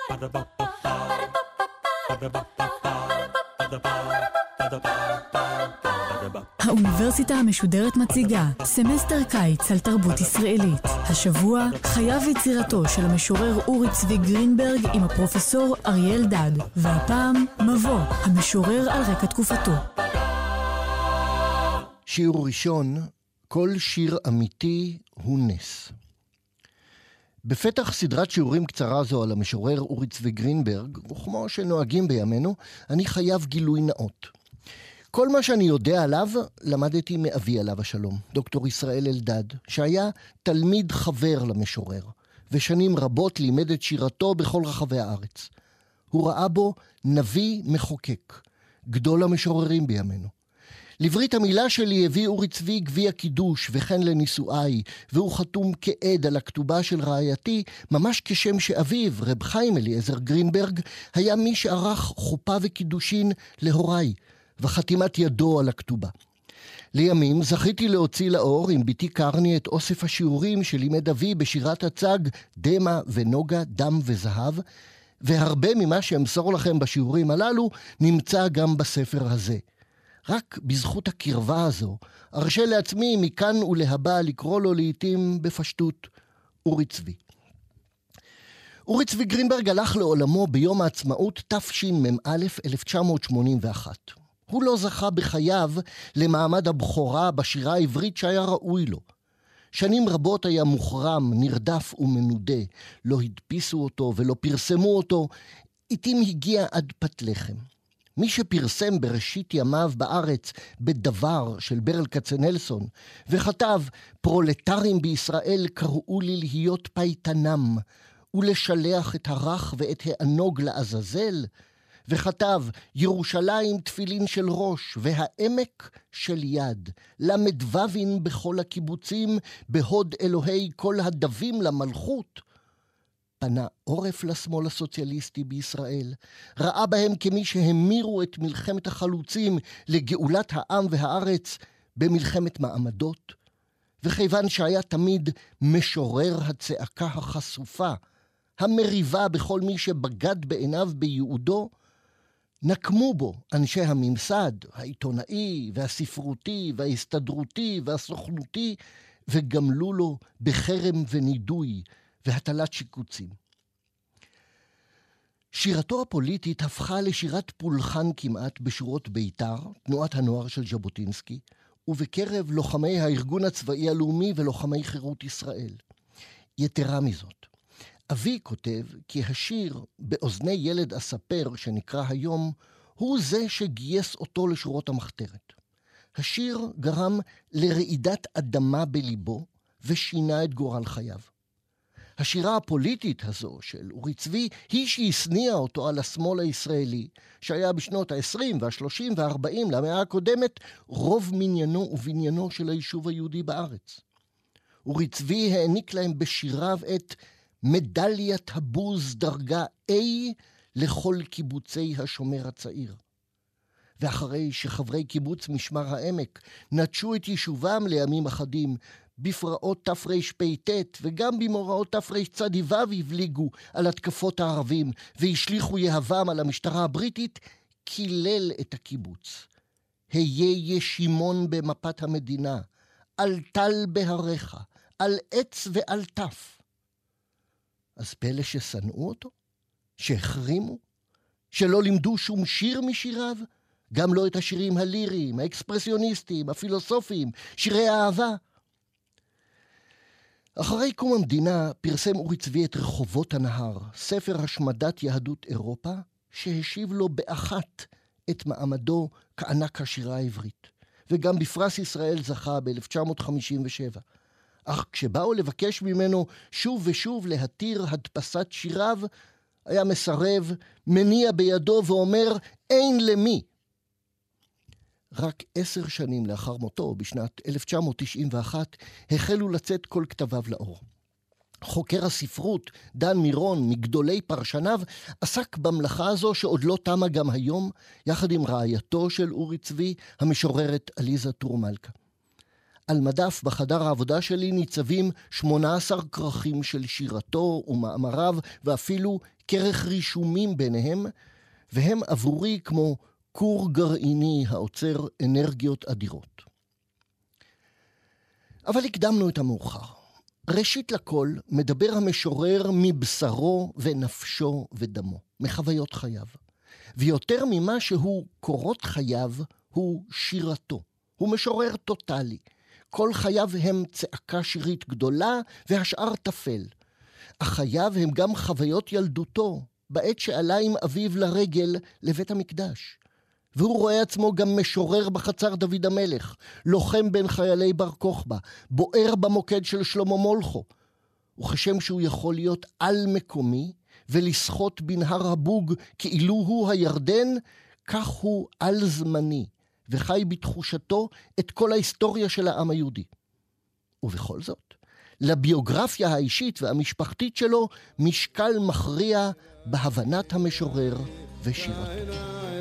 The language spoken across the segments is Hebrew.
האוניברסיטה המשודרת מציגה סמסטר קיץ על תרבות ישראלית. השבוע חייו ויצירתו של המשורר אורי צבי גרינברג עם הפרופסור אריאל דד, והפעם מבוא, המשורר על רקע תקופתו. שיעור ראשון, כל שיר אמיתי הוא נס. בפתח סדרת שיעורים קצרה זו על המשורר אורי צבי גרינברג, וכמו שנוהגים בימינו, אני חייב גילוי נאות. כל מה שאני יודע עליו, למדתי מאבי עליו השלום, דוקטור ישראל אלדד, שהיה תלמיד חבר למשורר, ושנים רבות לימד את שירתו בכל רחבי הארץ. הוא ראה בו נביא מחוקק, גדול המשוררים בימינו. לברית המילה שלי הביא אורי צבי גביע קידוש וכן לנישואי, והוא חתום כעד על הכתובה של רעייתי, ממש כשם שאביו, רב חיים אליעזר גרינברג, היה מי שערך חופה וקידושין להוריי, וחתימת ידו על הכתובה. לימים זכיתי להוציא לאור עם ביתי קרני את אוסף השיעורים שלימד אבי בשירת הצג דמה ונוגה, דם וזהב, והרבה ממה שאמסור לכם בשיעורים הללו נמצא גם בספר הזה. רק בזכות הקרבה הזו, ארשה לעצמי מכאן ולהבא לקרוא לו לעתים בפשטות אורי צבי. אורי צבי גרינברג הלך לעולמו ביום העצמאות תשמ"א 1981. הוא לא זכה בחייו למעמד הבכורה בשירה העברית שהיה ראוי לו. שנים רבות היה מוחרם, נרדף ומנודה. לא הדפיסו אותו ולא פרסמו אותו. עתים הגיע עד פת לחם. מי שפרסם בראשית ימיו בארץ בדבר של ברל כצנלסון, וכתב פרולטרים בישראל קראו לי להיות פייטנם, ולשלח את הרך ואת הענוג לעזאזל, וכתב ירושלים תפילין של ראש והעמק של יד, למדווין בכל הקיבוצים, בהוד אלוהי כל הדבים למלכות, פנה עורף לשמאל הסוציאליסטי בישראל, ראה בהם כמי שהמירו את מלחמת החלוצים לגאולת העם והארץ במלחמת מעמדות, וכיוון שהיה תמיד משורר הצעקה החשופה, המריבה בכל מי שבגד בעיניו ביהודו, נקמו בו אנשי הממסד, העיתונאי והספרותי וההסתדרותי והסוכנותי, וגמלו לו בחרם ונידוי והטלת שיקוצים. שירתו הפוליטית הפכה לשירת פולחן כמעט בשורות בית"ר, תנועת הנוער של ז'בוטינסקי, ובקרב לוחמי הארגון הצבאי הלאומי ולוחמי חירות ישראל. יתרה מזאת, אבי כותב כי השיר באוזני ילד אספר שנקרא היום, הוא זה שגייס אותו לשורות המחתרת. השיר גרם לרעידת אדמה בליבו ושינה את גורל חייו. השירה הפוליטית הזו של אורי צבי היא שהסניעה אותו על השמאל הישראלי, שהיה בשנות ה-20 וה-30 וה-40 למאה הקודמת רוב מניינו ובניינו של היישוב היהודי בארץ. אורי צבי העניק להם בשיריו את מדליית הבוז דרגה A לכל קיבוצי השומר הצעיר. ואחרי שחברי קיבוץ משמר העמק נטשו את יישובם לימים אחדים, בפרעות תרפ"ט וגם במאורעות תרצ"ו הבליגו על התקפות הערבים והשליחו יהבם על המשטרה הבריטית, קילל את הקיבוץ. היה ישימון במפת המדינה, על טל בהריך, על עץ ועל טף. אז פלא ששנאו אותו? שהחרימו? שלא לימדו שום שיר משיריו? גם לא את השירים הליריים, האקספרסיוניסטיים, הפילוסופיים, שירי האהבה? אחרי קום המדינה פרסם אורי צבי את רחובות הנהר, ספר השמדת יהדות אירופה, שהשיב לו באחת את מעמדו כענק השירה העברית. וגם בפרס ישראל זכה ב-1957. אך כשבאו לבקש ממנו שוב ושוב להתיר הדפסת שיריו, היה מסרב, מניע בידו ואומר, אין למי. רק 10 שנים לאחר מותו, בשנת 1991, החלו לצאת כל כתביו לאור. חוקר הספרות, דן מירון, מגדולי פרשניו, עסק במלאכה הזו שעוד לא תמה גם היום, יחד עם רעייתו של אורי צבי, המשוררת עליזה טור מלכה. על מדף בחדר העבודה שלי ניצבים 18 כרכים של שירתו ומאמריו, ואפילו כרך רישומים ביניהם, והם עבורי כמו כור גרעיני העוצר אנרגיות אדירות. אבל הקדמנו את המאוחר. ראשית לכל מדבר המשורר מבשרו ונפשו ודמו, מחוויות חייו. ויותר ממה שהוא קורות חייו, הוא שירתו. הוא משורר טוטלי. כל חייו הם צעקה שירית גדולה והשאר תפל. אך חייו הם גם חוויות ילדותו, בעת שעלה עם אביו לרגל לבית המקדש. והוא רואה עצמו גם משורר בחצר דוד המלך, לוחם בין חיילי בר כוכבא, בוער במוקד של שלמה מולכו. וכשם שהוא יכול להיות על מקומי ולשחות בנהר הבוג כאילו הוא הירדן, כך הוא על זמני, וחי בתחושתו את כל ההיסטוריה של העם היהודי. ובכל זאת, לביוגרפיה האישית והמשפחתית שלו משקל מכריע בהבנת המשורר ושירתו.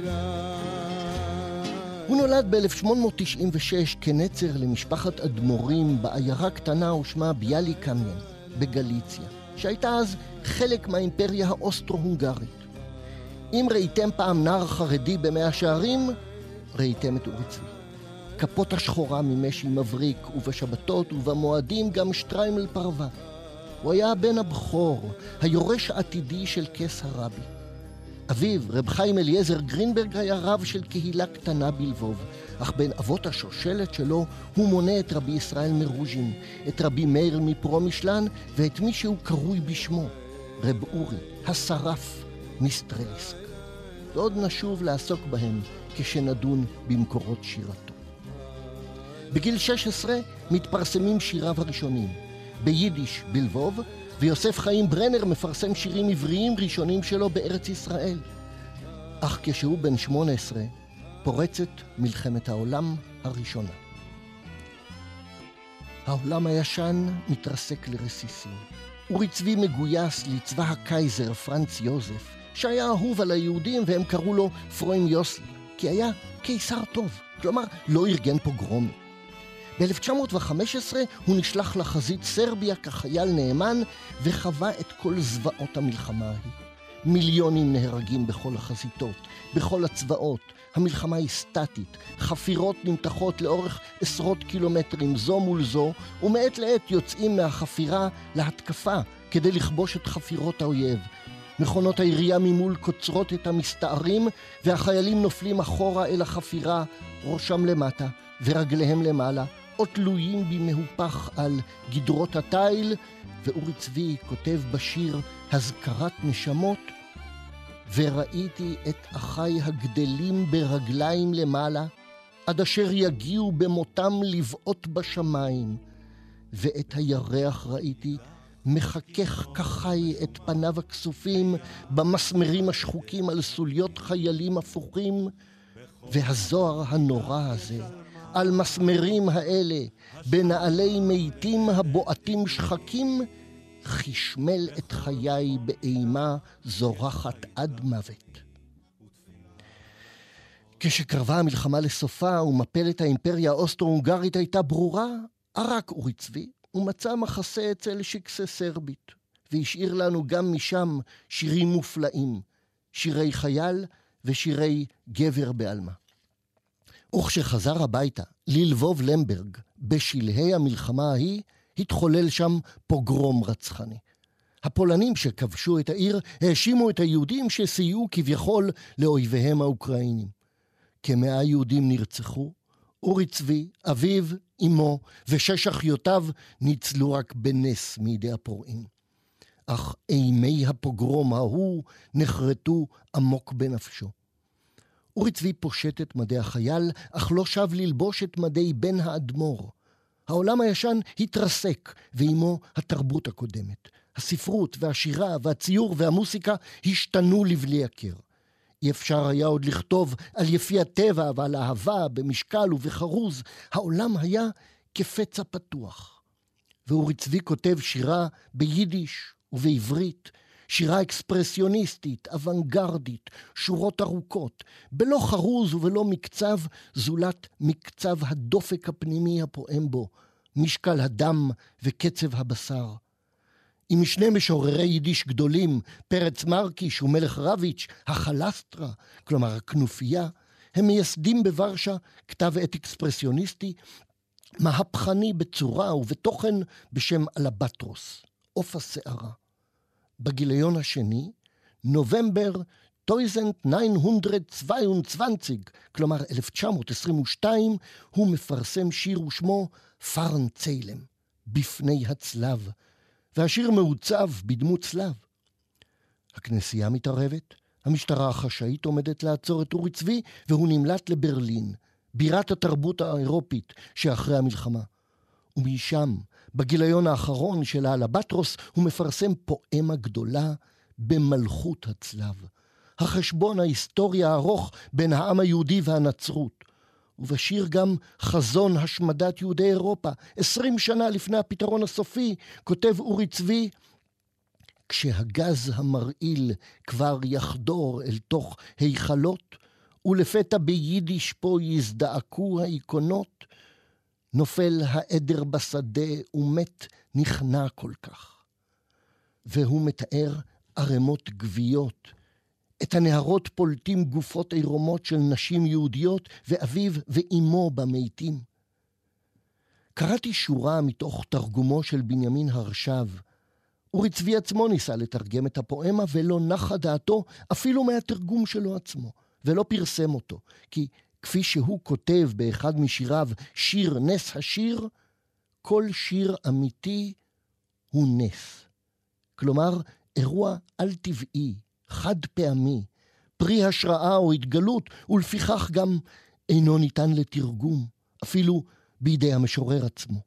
הוא נולד ב-1896 כנצר למשפחת אדמו"רים בעיירה קטנה ושמה ביאלי קמיין בגליציה, שהייתה אז חלק מהאימפריה האוסטרו-הונגרית. אם ראיתם פעם נער חרדי במאה שערים, ראיתם את אורי צבי. כפות השחורה ממשי מבריק, ובשבתות ובמועדים גם שטריימל פרווה. הוא היה הבן הבכור, היורש העתידי של כס הרבי. אביו, רב חיים אליעזר גרינברג, היה רב של קהילה קטנה בלבוב, אך בין אבות השושלת שלו הוא מונה את רבי ישראל מרוז'ין, את רבי מאיר מפרומישלן, ואת מי שהוא קרוי בשמו, רב אורי, השרף מסטרליסק. ועוד נשוב לעסוק בהם כשנדון במקורות שירתו. בגיל 16 מתפרסמים שיריו הראשונים, ביידיש בלבוב, ויוסף חיים ברנר מפרסם שירים עבריים ראשונים שלו בארץ ישראל. אך כשהוא בן 18, פורצת מלחמת העולם הראשונה. העולם הישן מתרסק לרסיסים. אורי צבי מגויס לצבא הקייזר פרנץ יוזף, שהיה אהוב על היהודים והם קראו לו פרוים יוסל, כי היה קיסר טוב, כלומר לא ארגן פוגרום. ב-1915 הוא נשלח לחזית סרביה כחייל נאמן וחווה את כל זוועות המלחמה ההיא. מיליונים נהרגים בכל החזיתות, בכל הצבאות. המלחמה היא סטטית, חפירות נמתחות לאורך עשרות קילומטרים זו מול זו, ומעת לעת יוצאים מהחפירה להתקפה כדי לכבוש את חפירות האויב. מכונות העירייה ממול קוצרות את המסתערים, והחיילים נופלים אחורה אל החפירה, ראשם למטה ורגליהם למעלה, או תלויים במהופך על גדרות התיל. ואורי צבי כותב בשיר הזכרת נשמות, וראיתי את אחי הגדלים ברגליים למעלה, עד אשר יגיעו במותם לבעוט בשמיים, ואת הירח ראיתי מחכך כחי את פניו הכסופים במסמרים השחוקים על סוליות חיילים הפוכים, והזוהר הנורא הזה על מסמרים האלה בנעלי מיתים הבועטים שחקים חשמל את חיי באימה זורחת עד מוות. כשקרבה המלחמה לסופה ומפלת האימפריה האוסטרו-הונגרית הייתה ברורה, ערק אורי צבי ומצא מחסה אצל שיקסה סרבית, והשאיר לנו גם משם שירים מופלאים, שירי חייל ושירי גבר בעלמה. וכשחזר הביתה ללבוב למברג בשלהי המלחמה ההיא, התחולל שם פוגרום רצחני. הפולנים שכבשו את העיר האשימו את היהודים שסייעו כביכול לאויביהם האוקראינים. כ100 יהודים נרצחו, אורי צבי, אביו, אמו ו6 אחיותיו ניצלו רק בנס מידי הפורעים. אך אימי הפוגרום ההוא נחרטו עמוק בנפשו. אורי צבי פושט את מדי החייל, אך לא שב ללבוש את מדי בן האדמו"ר. העולם הישן התרסק, ועמו התרבות הקודמת. הספרות והשירה והציור והמוסיקה השתנו לבלי הכר. אי אפשר היה עוד לכתוב על יפי הטבע ועל אהבה במשקל ובחרוז. העולם היה כפצע פתוח. ואורי צבי כותב שירה ביידיש ובעברית, שירה אקספרסיוניסטית, אוונגרדית, שורות ארוכות, בלא חרוז ובלא מקצב, זולת מקצב הדופק הפנימי הפועם בו, משקל הדם וקצב הבשר. עם שני משוררי יידיש גדולים, פרץ מרקיש ומלך רביץ', החלסטרה, כלומר הכנופיה, הם מייסדים בוורשה כתב עת אקספרסיוניסטי, מהפכני בצורה ובתוכן בשם אלבטרוס, עוף השערה. בגיליון השני, נובמבר 1922, כלומר 1922, הוא מפרסם שיר ושמו פארן ציילם, בפני הצלב, והשיר מעוצב בדמות צלב. הכנסייה מתערבת, המשטרה החשאית עומדת לעצור את אורי צבי, והוא נמלט לברלין, בירת התרבות האירופית שאחרי המלחמה. ומשם, בגיליון האחרון של האלבטרוס, הוא מפרסם פואמה גדולה במלכות הצלב. החשבון ההיסטורי הארוך בין העם היהודי והנצרות. ובשיר גם חזון השמדת יהודי אירופה. 20 שנה לפני הפתרון הסופי, כותב אורי צבי, כשהגז המרעיל כבר יחדור אל תוך היכלות, ולפתע ביידיש פה יזדעקו האיקונות, נופל העדר בשדה ומת נכנע כל כך. והוא מתאר ערמות גוויות, את הנהרות פולטים גופות עירומות של נשים יהודיות, ואביו ואימו במתים. קראתי שורה מתוך תרגומו של בנימין הרשב. אורי צבי עצמו ניסה לתרגם את הפואמה, ולא נחה דעתו אפילו מהתרגום שלו עצמו, ולא פרסם אותו, כי כפי שהוא כותב באחד משיריו, שיר נס השיר, כל שיר אמיתי הוא נס. כלומר, אירוע על טבעי, חד פעמי, פרי השראה או התגלות, ולפיכך גם אינו ניתן לתרגום, אפילו בידי המשורר עצמו.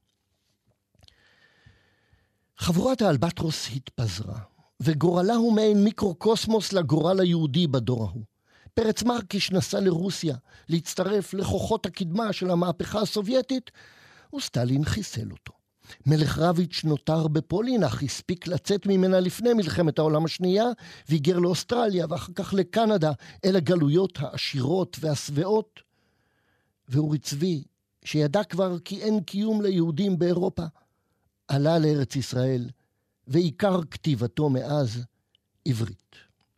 חבורת האלבטרוס התפזרה, וגורלה הוא מעין מיקרוקוסמוס לגורל היהודי בדור ההוא. פרץ מרקיש נסע לרוסיה, להצטרף לכוחות הקדמה של המהפכה הסובייטית, וסטלין חיסל אותו. מלך רביץ' נותר בפולין, אך הספיק לצאת ממנה לפני מלחמת העולם השנייה, והיגר לאוסטרליה ואחר כך לקנדה, אל הגלויות העשירות והשבעות. ואורי צבי, שידע כבר כי אין קיום ליהודים באירופה, עלה לארץ ישראל, ועיקר כתיבתו מאז עברית.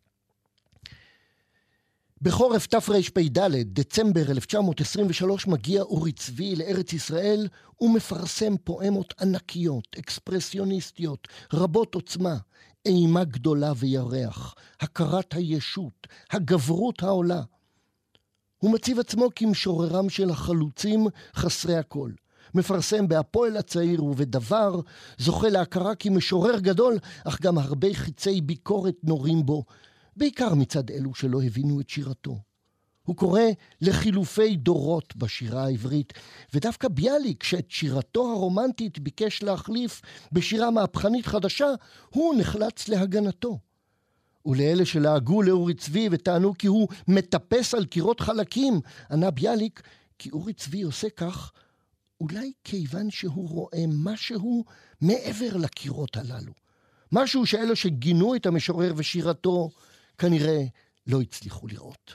בחורף תרפ"ד, דצמבר 1923, מגיע אורי צבי לארץ ישראל ומפרסם פואמות ענקיות, אקספרסיוניסטיות, רבות עוצמה, אימה גדולה וירח, הכרת הישות, הגברות העולה. הוא מציב עצמו כמשוררם של החלוצים חסרי הכל. מפרסם בהפועל הצעיר ובדבר, זוכה להכרה כמשורר גדול, אך גם הרבה חיצי ביקורת נורים בו, בעיקר מצד אלו שלא הבינו את שירתו. הוא קורא לחילופי דורות בשירה העברית, ודווקא ביאליק, שאת שירתו הרומנטית ביקש להחליף בשירה מהפכנית חדשה, הוא נחלץ להגנתו. ולאלה שלעגו לאורי צבי וטענו כי הוא מטפס על קירות חלקים, ענה ביאליק כי אורי צבי עושה כך, אולי כיוון שהוא רואה משהו מעבר לקירות הללו. משהו שאלה שגינו את המשורר ושירתו כנראה לא הצליחו לראות.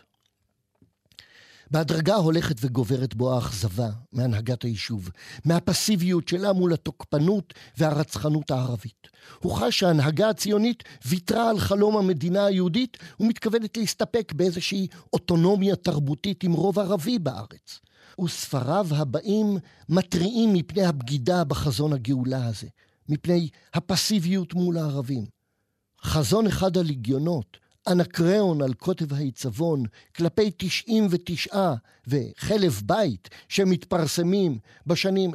בהדרגה הולכת וגוברת בו האכזבה מהנהגת היישוב, מהפסיביות שלה מול התוקפנות והרצחנות הערבית. הוא חש שההנהגה הציונית ויתרה על חלום המדינה היהודית ומתכוונת להסתפק באיזושהי אוטונומיה תרבותית עם רוב ערבי בארץ. וספריו הבאים מטריעים מפני הבגידה בחזון הגאולה הזה, מפני הפסיביות מול הערבים. חזון אחד הליגיונות, אנקריאון על קוטב העיצבון, כלפי 99 וחלב בית שמתפרסמים בשנים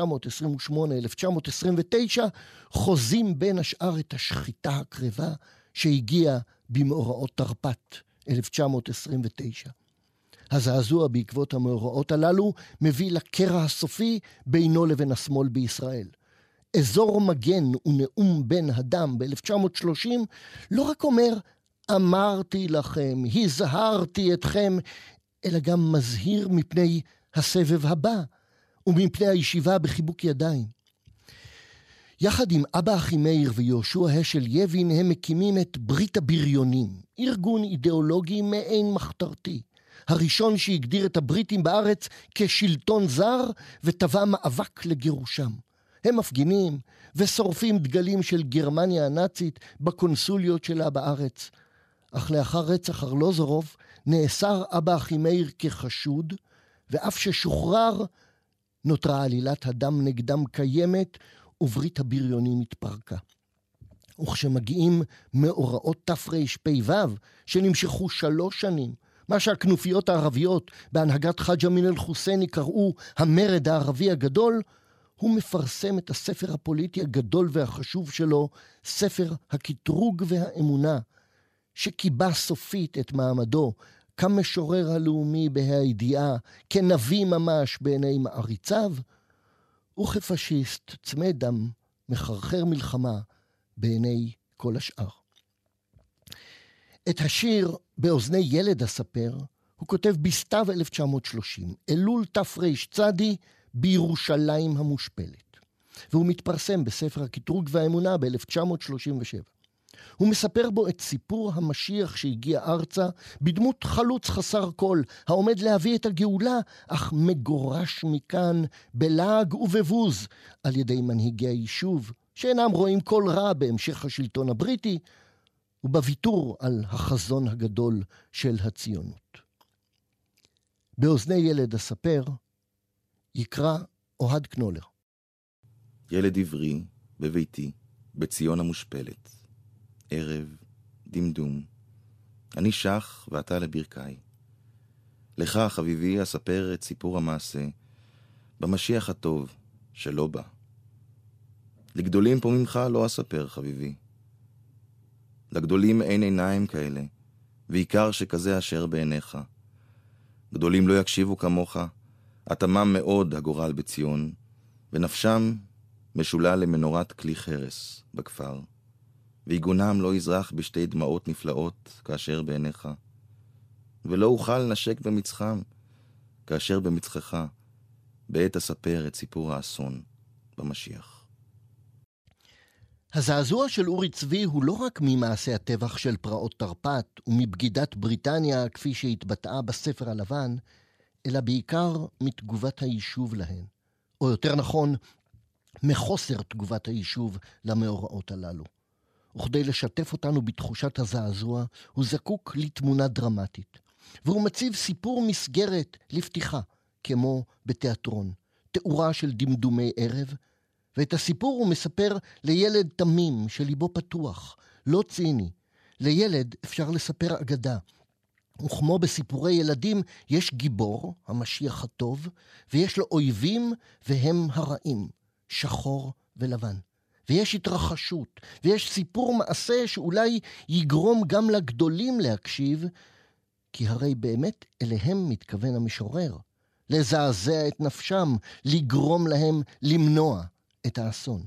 1928-1929, חוזים בין השאר את השחיטה הקרבה שהגיעה במאורעות תרפ"ט 1929. הזעזוע בעקבות המאורעות הללו מביא לקרע הסופי בינו לבין השמאל בישראל. אזור מגן ונאום בן הדם ב-1930 לא רק אומר אמרתי לכם, הזהרתי אתכם, אלא גם מזהיר מפני הסבב הבא ומפני הישיבה בחיבוק ידיים. יחד עם אבא אחימאיר ויהושע השל יבין הם מקימים את ברית הבריונים, ארגון אידיאולוגי מעין מחתרתי, הראשון שהגדיר את הבריטים בארץ כשלטון זר וטבע מאבק לגירושם. הם מפגינים ושורפים דגלים של גרמניה הנאצית בקונסוליות שלה בארץ. אך לאחר רצח ארלוזורוב נאסר אבא אחימאיר כחשוד, ואף ששוחרר נותרה עלילת הדם נגדם קיימת, וברית הבריונים התפרקה. וכשמגיעים מאורעות תרפ"ו, שנמשכו 3 שנים, מה שהכנופיות הערביות בהנהגת חאג' אמין אל-חוסייני קראו המרד הערבי הגדול, הוא מפרסם את הספר הפוליטי הגדול והחשוב שלו, ספר הקטרוג והאמונה, שקיבע סופית את מעמדו כמשורר הלאומי בהידיעה, כנביא ממש בעיני מעריציו, וכפשיסט צמא דם, מחרחר מלחמה בעיני כל השאר. את השיר באוזני ילד אספר הוא כותב בסתיו 1930, אלול תרצ"די בירושלים המושפלת, והוא מתפרסם בספר הקטרוג והאמונה ב-1937. הוא מספר בו את סיפור המשיח שהגיע ארצה בדמות חלוץ חסר כל, העומד להביא את הגאולה, אך מגורש מכאן בלעג ובבוז על ידי מנהיגי היישוב, שאינם רואים כל רע בהמשך השלטון הבריטי, ובוויתור על החזון הגדול של הציונות. באוזני ילד אספר, יקרא אוהד קנולר. ילד עברי בביתי, בציון המושפלת. ערב, דמדום. אני שח ואתה לברכי. לך, חביבי, אספר את סיפור המעשה במשיח הטוב שלא בא. לגדולים פה ממך לא אספר, חביבי. לגדולים אין עיניים כאלה, ועיקר שכזה אשר בעיניך. גדולים לא יקשיבו כמוך, התמם מאוד הגורל בציון, ונפשם משולה למנורת כלי חרס בכפר. ועיגונם לא יזרח בשתי דמעות נפלאות כאשר בעיניך, ולא אוכל נשק במצחם כאשר במצחך, בעת אספר את סיפור האסון במשיח. הזעזוע של אורי צבי הוא לא רק ממעשה הטבח של פרעות תרפ"ט ומבגידת בריטניה כפי שהתבטאה בספר הלבן, אלא בעיקר מתגובת היישוב להן, או יותר נכון, מחוסר תגובת היישוב למאורעות הללו. וכדי לשתף אותנו בתחושת הזעזוע, הוא זקוק לתמונה דרמטית. והוא מציב סיפור מסגרת לפתיחה, כמו בתיאטרון, תאורה של דמדומי ערב, ואת הסיפור הוא מספר לילד תמים שליבו פתוח, לא ציני. לילד אפשר לספר אגדה. וכמו בסיפורי ילדים, יש גיבור, המשיח הטוב, ויש לו אויבים והם הרעים, שחור ולבן. ויש התרחשות, ויש סיפור מעשה שאולי יגרום גם לגדולים להקשיב, כי הרי באמת אליהם מתכוון המשורר, לזעזע את נפשם, לגרום להם למנוע את האסון.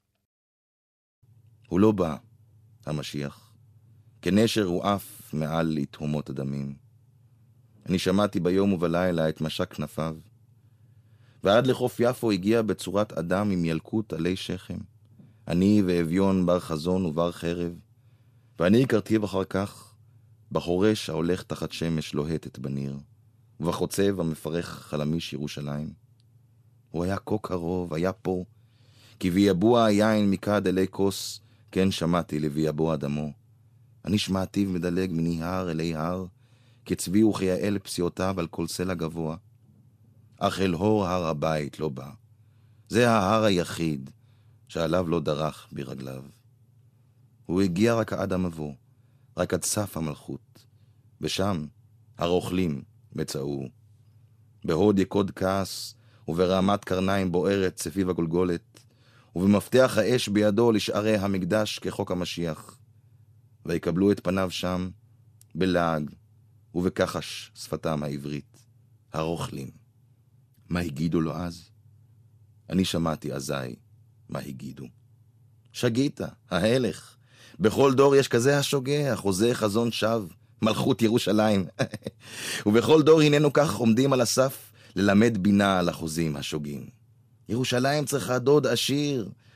הוא לא בא, המשיח. כנשר הוא אף מעל לתהומות הדמים. אני שמעתי ביום ובלילה את משק כנפיו, ועד לחוף יפו הגיע בצורת אדם עם ילקוט עלי שכם. אני ואביון בר חזון ובר חרב, ואני הכרתיו אחר כך בחורש ההולך תחת שמש לוהטת בניר, ובחוצב המפרך חלמיש ירושלים. הוא היה כה קרוב, היה פה, כי ויבוע היין מקד אלי כוס, כן שמעתי לויבוע דמו. אני שמעתיו מדלג מניהר אלי הר, כצבי וכיעל פסיעותיו על כל סלע גבוה. אך אל הור הר הבית לא בא. זה ההר היחיד שעליו לא דרך ברגליו. הוא הגיע רק עד המבוא, רק עד סף המלכות, ושם הרוכלים מצאו. בהוד יקוד כעס, וברעמת קרניים בוערת סביב הגולגולת, ובמפתח האש בידו לשערי המקדש כחוק המשיח. ויקבלו את פניו שם בלעג ובכחש שפתם העברית, הרוכלים. מה הגידו לו אז? אני שמעתי אזי מה הגידו. שגית, ההלך. בכל דור יש כזה השוגע, חוזה חזון שווא, מלכות ירושלים. ובכל דור הננו כך עומדים על הסף ללמד בינה על החוזים השוגים. ירושלים צריכה דוד עשיר,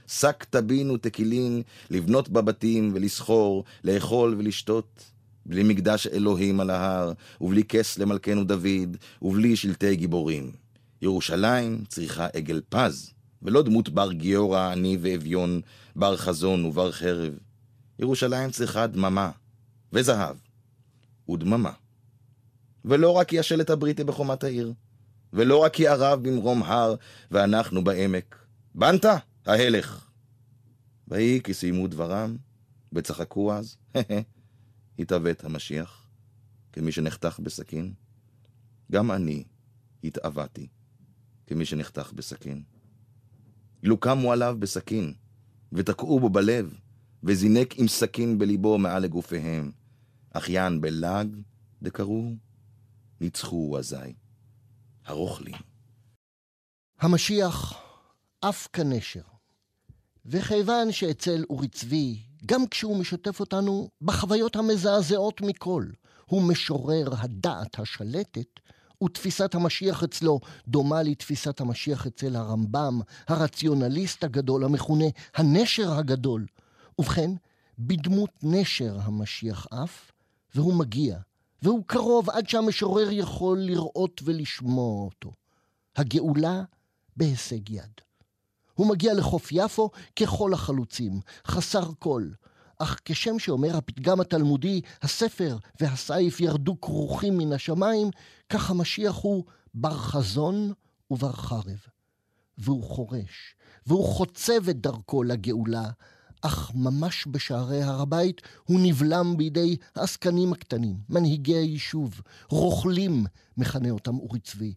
שק טבין ותקילין, לבנות בבתים ולסחור, לאכול ולשתות, בלי מקדש אלוהים על ההר, ובלי כס למלכנו דוד, ובלי שלטי גיבורים. ירושלים צריכה עגל פז, ולא דמות בר גיורא, עני ואביון, בר חזון ובר חרב. ירושלים צריכה דממה, וזהב, ודממה. ולא רק היא השלט הבריטי בחומת העיר, ולא רק היא ערב במרום הר, ואנחנו בעמק. בנת? ההלך. ויהי כי סיימו דברם, וצחקו אז, התאבט המשיח, כמי שנחתך בסכין. גם אני התאבטתי, כמי שנחתך בסכין. אילו קמו עליו בסכין, ותקעו בו בלב, וזינק עם סכין בליבו מעל לגופיהם. אחיין בלג דקראו, ניצחו אזי. הרוכלים. המשיח אף כנשר. וכיוון שאצל אורי צבי, גם כשהוא משתף אותנו בחוויות המזעזעות מכל, הוא משורר הדעת השלטת, ותפיסת המשיח אצלו דומה לתפיסת המשיח אצל הרמב"ם, הרציונליסט הגדול המכונה הנשר הגדול. ובכן, בדמות נשר המשיח אף, והוא מגיע, והוא קרוב עד שהמשורר יכול לראות ולשמוע אותו. הגאולה בהישג יד. הוא מגיע לחוף יפו ככל החלוצים, חסר כל. אך כשם שאומר הפתגם התלמודי, הספר והסייף ירדו כרוכים מן השמיים, כך המשיח הוא בר חזון ובר חרב. והוא חורש, והוא חוצב את דרכו לגאולה, אך ממש בשערי הר הבית הוא נבלם בידי העסקנים הקטנים, מנהיגי היישוב, רוכלים, מכנה אותם אורי צבי.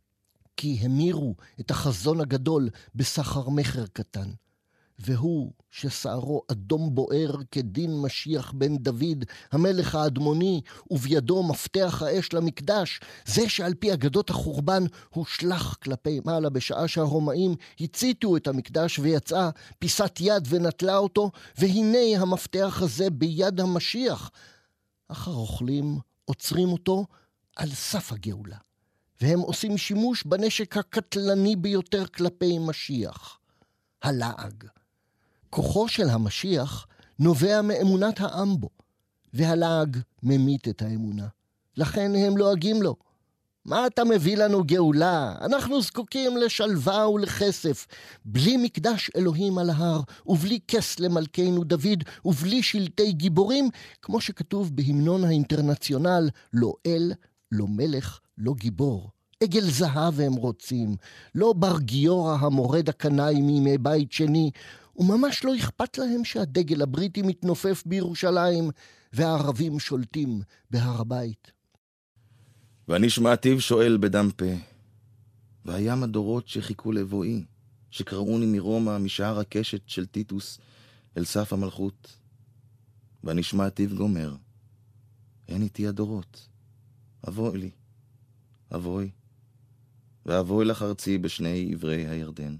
כי המירו את החזון הגדול בסחר מחר קטן. והוא ששערו אדום בוער כדין משיח בן דוד, המלך האדמוני, ובידו מפתח האש למקדש, זה שעל פי אגדות החורבן הושלח כלפי מעלה בשעה שהרומאים הציתו את המקדש ויצאה פיסת יד ונטלה אותו, והנה המפתח הזה ביד המשיח. אך הרוכלים עוצרים אותו על סף הגאולה, והם עושים שימוש בנשק הקטלני ביותר כלפי משיח, הלעג. כוחו של המשיח נובע מאמונת העם בו, והלעג ממית את האמונה. לכן הם לועגים לו. מה אתה מביא לנו גאולה? אנחנו זקוקים לשלווה ולכסף, בלי מקדש אלוהים על ההר, ובלי כס למלכנו דוד, ובלי שלטי גיבורים, כמו שכתוב בהמנון האינטרנציונל, לא אל, לא מלך, לא גיבור. עגל זהב הם רוצים, לא בר גיורא המורד הקנאי מימי בית שני, וממש לא אכפת להם שהדגל הבריטי מתנופף בירושלים, והערבים שולטים בהר הבית. ואני שמעתיו שואל בדם פה, והים הדורות שחיכו לבואי, שקראוני מרומא משער הקשת של טיטוס אל סף המלכות. ואני שמעתיו גומר, אין איתי הדורות, אבוי לי, אבוי, ואבוי לך ארצי בשני עברי הירדן.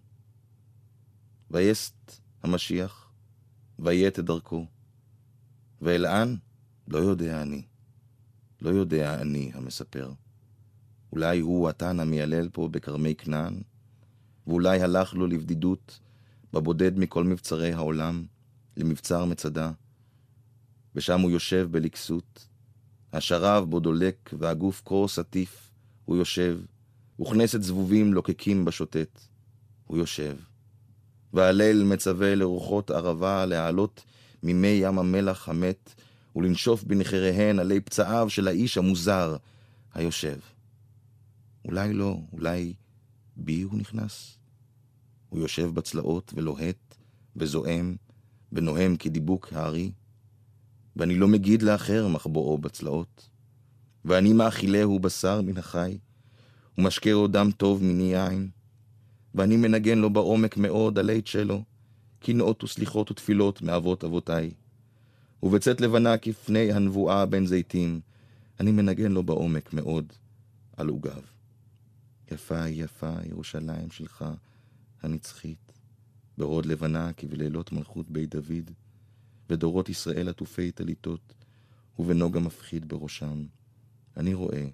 ויסט המשיח, ויית את דרכו, ואלען לא יודע אני, לא יודע אני המספר. אולי הוא התן המיילל פה בקרמי כנען, ואולי הלך לו לבדידות, בבודד מכל מבצרי העולם, למבצר מצדה, ושם הוא יושב בלכסות, השרב בו דולק והגוף קור סטיף, הוא יושב, וכנסת זבובים לוקקים בשוטט, הוא יושב. והליל מצווה לרוחות ערבה להעלות ממי ים המלח המת, ולנשוף בנחריהן עלי פצעיו של האיש המוזר היושב. אולי לא, אולי בי הוא נכנס. הוא יושב בצלעות ולוהט וזועם ונוהם כדיבוק הארי, ואני לא מגיד לאחר מחבואו בצלעות, ואני מאכילהו בשר מן החי, ומשקרו דם טוב מני יין, ואני מנגן לו בעומק מאוד עלי צ'לו, קנאות וסליחות ותפילות מאבות אבותיי, ובצאת לבנה כפני הנבואה בין זיתים, אני מנגן לו בעומק מאוד על עוגב. יפה יפה ירושלים שלך הנצחית, ברוד לבנה כבלילות מלכות בית דוד, ודורות ישראל עטופי טליתות, ובנוגה מפחיד בראשם. אני רואה,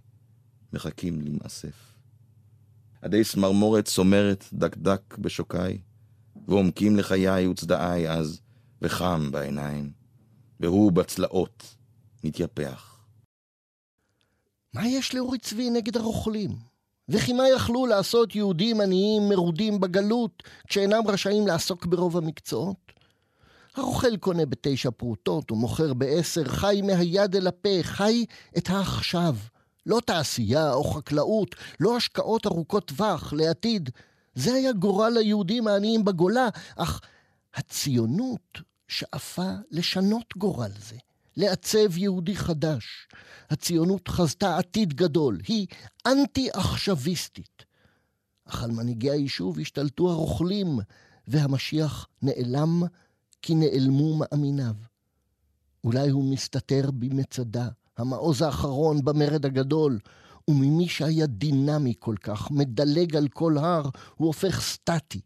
מחכים למאסף. עדי סמרמורת סומרת דק דק בשוקי, ועומקים לחיי וצדעי אז, וחם בעיניים, והוא בצלעות מתייפח. מה יש לאורי צבי נגד הרוכלים? וכי מה יכלו לעשות יהודים עניים מרודים בגלות, כשאינם רשאים לעסוק ברוב המקצועות? הרוכל קונה ב9 פרוטות ומוכר ב10, חי מהיד אל הפה, חי את העכשיו. לא תעשייה או חקלאות, לא השקעות ארוכות טווח לעתיד. זה היה גורל היהודים העניים בגולה, אך הציונות שאפה לשנות גורל זה, לעצב יהודי חדש. הציונות חזתה עתיד גדול, היא אנטי-עכשוויסטית. אך על מנהיגי היישוב השתלטו הרוכלים, והמשיח נעלם כי נעלמו מאמיניו. אולי הוא מסתתר במצדה, המעוז האחרון במרד הגדול, וממי שהיה דינמי כל כך, מדלג על כל הר, הוא הופך סטטי,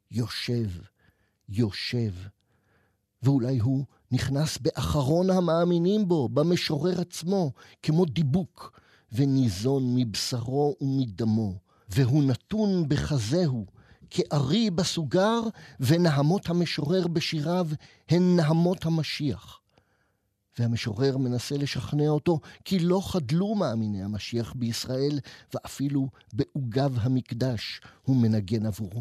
יושב. ואולי הוא נכנס באחרון המאמינים בו, במשורר עצמו, כמו דיבוק, וניזון מבשרו ומדמו, והוא נתון בחזהו, כארי בסוגר, ונהמות המשורר בשיריו הן נהמות המשיח. והמשורר מנסה לשכנע אותו כי לא חדלו מאמיני המשיח בישראל, ואפילו בעוגב המקדש הוא מנגן עבורו.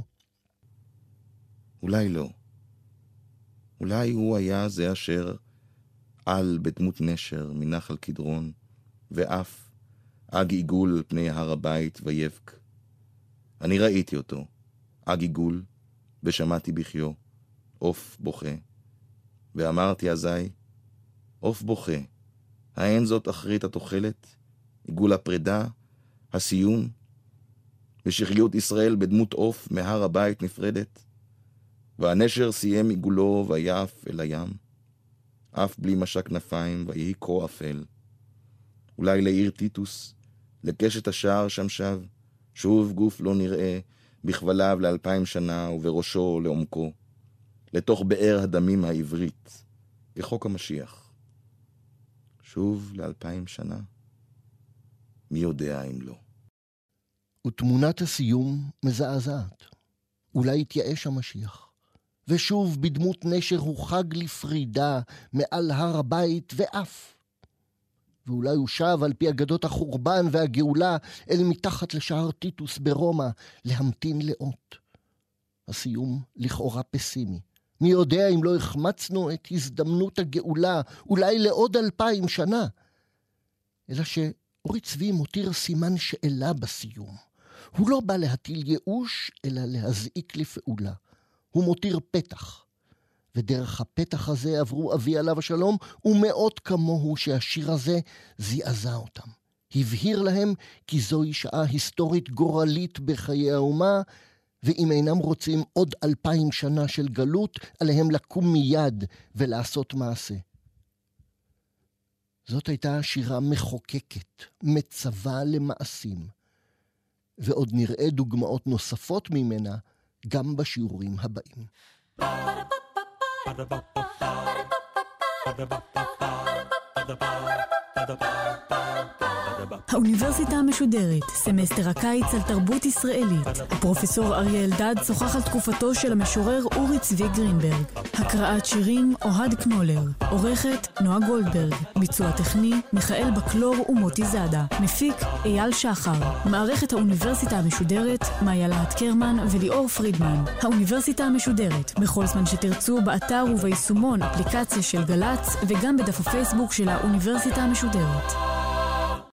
אולי לא. אולי הוא היה זה אשר על בדמות נשר מנחל קדרון, ואף אג עיגול פני הר הבית ויבק. אני ראיתי אותו, אג עיגול, ושמעתי בחיו, עוף בוכה. ואמרתי אזי, עוף בוכה, האין זאת אחרית התוחלת, עיגול הפרידה, הסיום, ושחיות ישראל בדמות עוף מהר הבית נפרדת, והנשר סיים עיגולו ויעף אל הים, אף בלי משק כנפיים ויהי כה אפל. אולי לעיר טיטוס, לקשת השער שם שוב גוף לא נראה, בכבליו ל2000 שנה ובראשו לעומקו, לתוך באר הדמים העברית, כחוק המשיח. שוב ל2000 שנה, מי יודע אם לא. ותמונת הסיום מזעזעת. אולי התייאש המשיח, ושוב בדמות נשר הוא חג לפרידה מעל הר הבית ואף. ואולי הוא שב על פי אגדות החורבן והגאולה אל מתחת לשער טיטוס ברומא להמתין לאות. הסיום לכאורה פסימי. מי יודע אם לא החמצנו את הזדמנות הגאולה, אולי לעוד 2000 שנה. אלא שאורי צבי מותיר סימן שאלה בסיום. הוא לא בא להטיל ייאוש, אלא להזעיק לפעולה. הוא מותיר פתח. ודרך הפתח הזה עברו אבי עליו השלום, ומאות כמוהו שהשיר הזה זעזע אותם. הבהיר להם כי זוהי שעה היסטורית גורלית בחיי האומה, ואם אינם רוצים עוד 2000 שנה של גלות, עליהם לקום מיד ולעשות מעשה. זאת הייתה שירה מחוקקת, מצווה למעשים. ועוד נראה דוגמאות נוספות ממנה גם בשיעורים הבאים. האוניברסיטה המשודרת, סמסטר הקיץ על תרבות ישראלית. הפרופסור אריה אלדד שוחח על תקופתו של המשורר אורי צבי גרינברג. הקראת שירים אוהד קנולר. עורכת נועה גולדברג. ביצוע טכני מיכאל בקלור ומוטי זאדה. מפיק אייל שחר. מערכת האוניברסיטה המשודרת מאיה להט קרמן וליאור פרידמן. האוניברסיטה המשודרת, בכל זמן שתרצו, באתר וביישומון אפליקציה של גלץ, וגם בדף הפייסבוק של האוניברסיטה המשודרת.